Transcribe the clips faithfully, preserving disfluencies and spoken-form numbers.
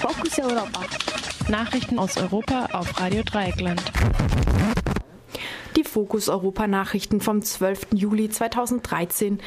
Fokus Europa. Nachrichten aus Europa auf Radio Dreieckland. Die Fokus Europa Nachrichten vom zwölften Juli zweitausenddreizehn.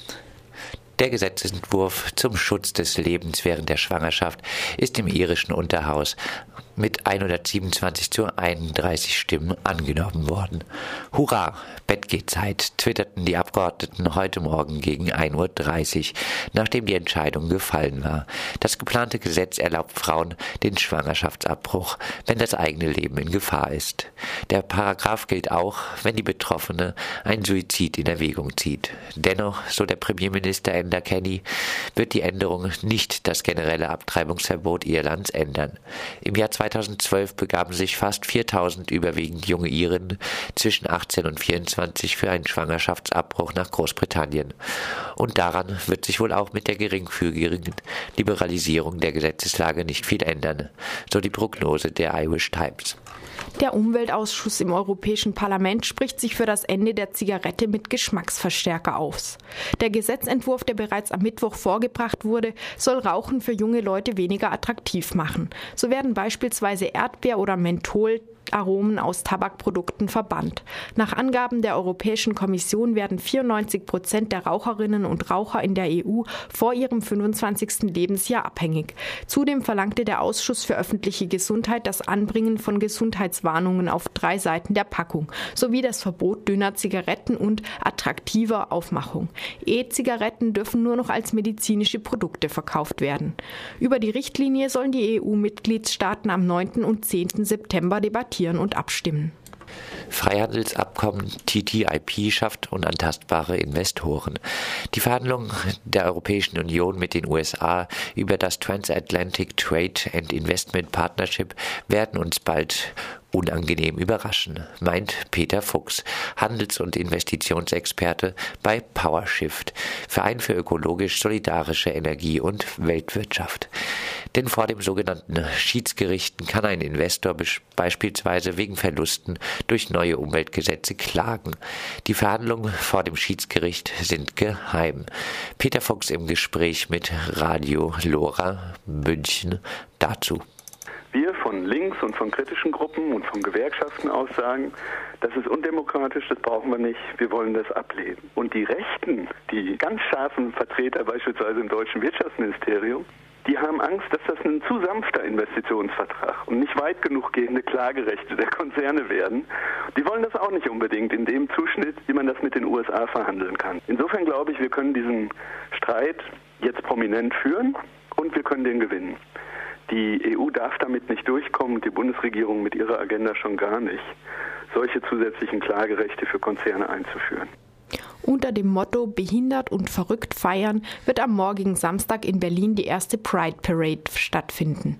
Der Gesetzentwurf zum Schutz des Lebens während der Schwangerschaft ist im irischen Unterhaus mit hundertsiebenundzwanzig zu einunddreißig Stimmen angenommen worden. Hurra, Bettgehzeit, twitterten die Abgeordneten heute Morgen gegen ein Uhr dreißig, nachdem die Entscheidung gefallen war. Das geplante Gesetz erlaubt Frauen den Schwangerschaftsabbruch, wenn das eigene Leben in Gefahr ist. Der Paragraph gilt auch, wenn die Betroffene einen Suizid in Erwägung zieht. Dennoch, so der Premierminister Enda Kenny, wird die Änderung nicht das generelle Abtreibungsverbot Irlands ändern. Im Jahr zweitausendzwölf begaben sich fast viertausend überwiegend junge Irinnen zwischen achtzehn und vierundzwanzig für einen Schwangerschaftsabbruch nach Großbritannien. Und daran wird sich wohl auch mit der geringfügigen Liberalisierung der Gesetzeslage nicht viel ändern, so die Prognose der Irish Times. Der Umweltausschuss im Europäischen Parlament spricht sich für das Ende der Zigarette mit Geschmacksverstärker aus. Der Gesetzentwurf, der bereits am Mittwoch vorgebracht wurde, soll Rauchen für junge Leute weniger attraktiv machen. So werden beispielsweise Erdbeer- oder Menthol Aromen aus Tabakprodukten verbannt. Nach Angaben der Europäischen Kommission werden vierundneunzig Prozent der Raucherinnen und Raucher in der E U vor ihrem fünfundzwanzigsten Lebensjahr abhängig. Zudem verlangte der Ausschuss für öffentliche Gesundheit das Anbringen von Gesundheitswarnungen auf drei Seiten der Packung sowie das Verbot dünner Zigaretten und attraktiver Aufmachung. E-Zigaretten dürfen nur noch als medizinische Produkte verkauft werden. Über die Richtlinie sollen die E U-Mitgliedstaaten am neunten und zehnten September debattieren und abstimmen. Freihandelsabkommen T T I P schafft unantastbare Investoren. Die Verhandlungen der Europäischen Union mit den U S A über das Transatlantic Trade and Investment Partnership werden uns bald unangenehm überraschen, meint Peter Fuchs, Handels- und Investitionsexperte bei PowerShift, Verein für ökologisch solidarische Energie und Weltwirtschaft. Denn vor dem sogenannten Schiedsgerichten kann ein Investor beispielsweise wegen Verlusten durch neue Umweltgesetze klagen. Die Verhandlungen vor dem Schiedsgericht sind geheim. Peter Fuchs im Gespräch mit Radio Lora München dazu. Wir von links und von kritischen Gruppen und von Gewerkschaften aus sagen, das ist undemokratisch, das brauchen wir nicht, wir wollen das ablehnen. Und die Rechten, die ganz scharfen Vertreter beispielsweise im deutschen Wirtschaftsministerium, die haben Angst, dass das ein zu sanfter Investitionsvertrag und nicht weit genug gehende Klagerechte der Konzerne werden. Die wollen das auch nicht unbedingt in dem Zuschnitt, wie man das mit den U S A verhandeln kann. Insofern glaube ich, wir können diesen Streit jetzt prominent führen und wir können den gewinnen. Die E U darf damit nicht durchkommen, die Bundesregierung mit ihrer Agenda schon gar nicht, solche zusätzlichen Klagerechte für Konzerne einzuführen. Unter dem Motto Behindert und verrückt feiern wird am morgigen Samstag in Berlin die erste Pride Parade stattfinden.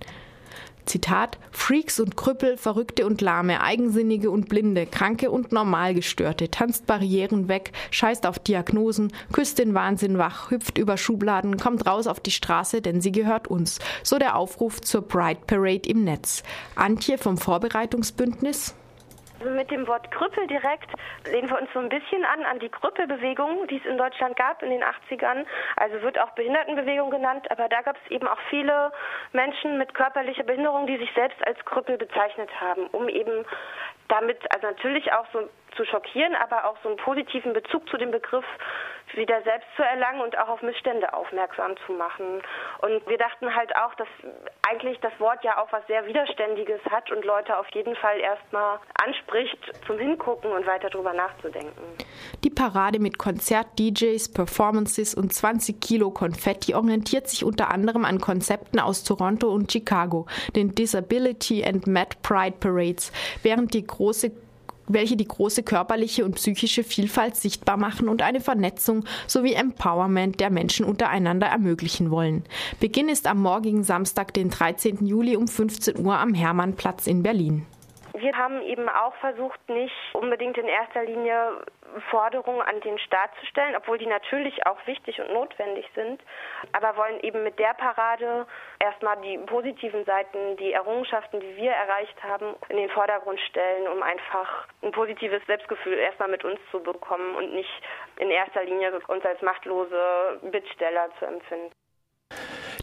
Zitat: Freaks und Krüppel, Verrückte und Lahme, Eigensinnige und Blinde, Kranke und Normalgestörte, tanzt Barrieren weg, scheißt auf Diagnosen, küsst den Wahnsinn wach, hüpft über Schubladen, kommt raus auf die Straße, denn sie gehört uns. So der Aufruf zur Pride Parade im Netz. Antje vom Vorbereitungsbündnis. Also mit dem Wort Krüppel direkt lehnen wir uns so ein bisschen an, an die Krüppelbewegung, die es in Deutschland gab in den achtzigern. Also wird auch Behindertenbewegung genannt, aber da gab es eben auch viele Menschen mit körperlicher Behinderung, die sich selbst als Krüppel bezeichnet haben, um eben damit also natürlich auch so zu schockieren, aber auch so einen positiven Bezug zu dem Begriff wieder selbst zu erlangen und auch auf Missstände aufmerksam zu machen. Und wir dachten halt auch, dass eigentlich das Wort ja auch was sehr Widerständiges hat und Leute auf jeden Fall erstmal anspricht zum Hingucken und weiter drüber nachzudenken. Die Parade mit Konzert, D Js, Performances und zwanzig Kilo Konfetti orientiert sich unter anderem an Konzepten aus Toronto und Chicago, den Disability and Mad Pride Parades, während die große welche die große körperliche und psychische Vielfalt sichtbar machen und eine Vernetzung sowie Empowerment der Menschen untereinander ermöglichen wollen. Beginn ist am morgigen Samstag, den dreizehnten Juli um fünfzehn Uhr am Hermannplatz in Berlin. Wir haben eben auch versucht, nicht unbedingt in erster Linie Forderungen an den Staat zu stellen, obwohl die natürlich auch wichtig und notwendig sind, aber wollen eben mit der Parade erstmal die positiven Seiten, die Errungenschaften, die wir erreicht haben, in den Vordergrund stellen, um einfach ein positives Selbstgefühl erstmal mit uns zu bekommen und nicht in erster Linie uns als machtlose Bittsteller zu empfinden.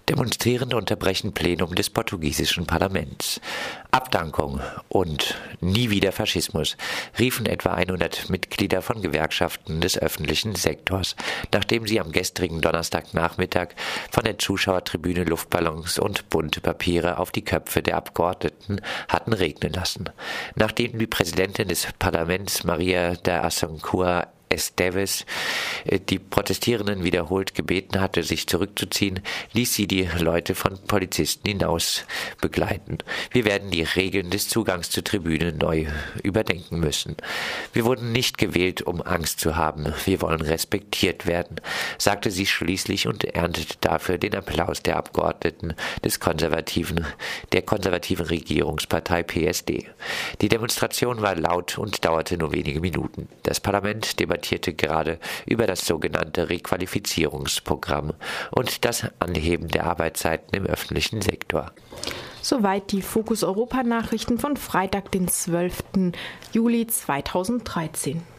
Demonstrierende unterbrechen Plenum des portugiesischen Parlaments. Abdankung und nie wieder Faschismus, riefen etwa hundert Mitglieder von Gewerkschaften des öffentlichen Sektors, nachdem sie am gestrigen Donnerstagnachmittag von der Zuschauertribüne Luftballons und bunte Papiere auf die Köpfe der Abgeordneten hatten regnen lassen. Nachdem die Präsidentin des Parlaments Maria da Assunção Esteves die Protestierenden wiederholt gebeten hatte, sich zurückzuziehen, ließ sie die Leute von Polizisten hinaus begleiten. Wir werden die Regeln des Zugangs zur Tribüne neu überdenken müssen. Wir wurden nicht gewählt, um Angst zu haben. Wir wollen respektiert werden, sagte sie schließlich und erntete dafür den Applaus der Abgeordneten des konservativen, der konservativen Regierungspartei P S D. Die Demonstration war laut und dauerte nur wenige Minuten. Das Parlament debattierte gerade über das sogenannte Requalifizierungsprogramm und das Anheben der Arbeitszeiten im öffentlichen Sektor. Soweit die Fokus Europa Nachrichten von Freitag, den zwölften Juli zweitausenddreizehn.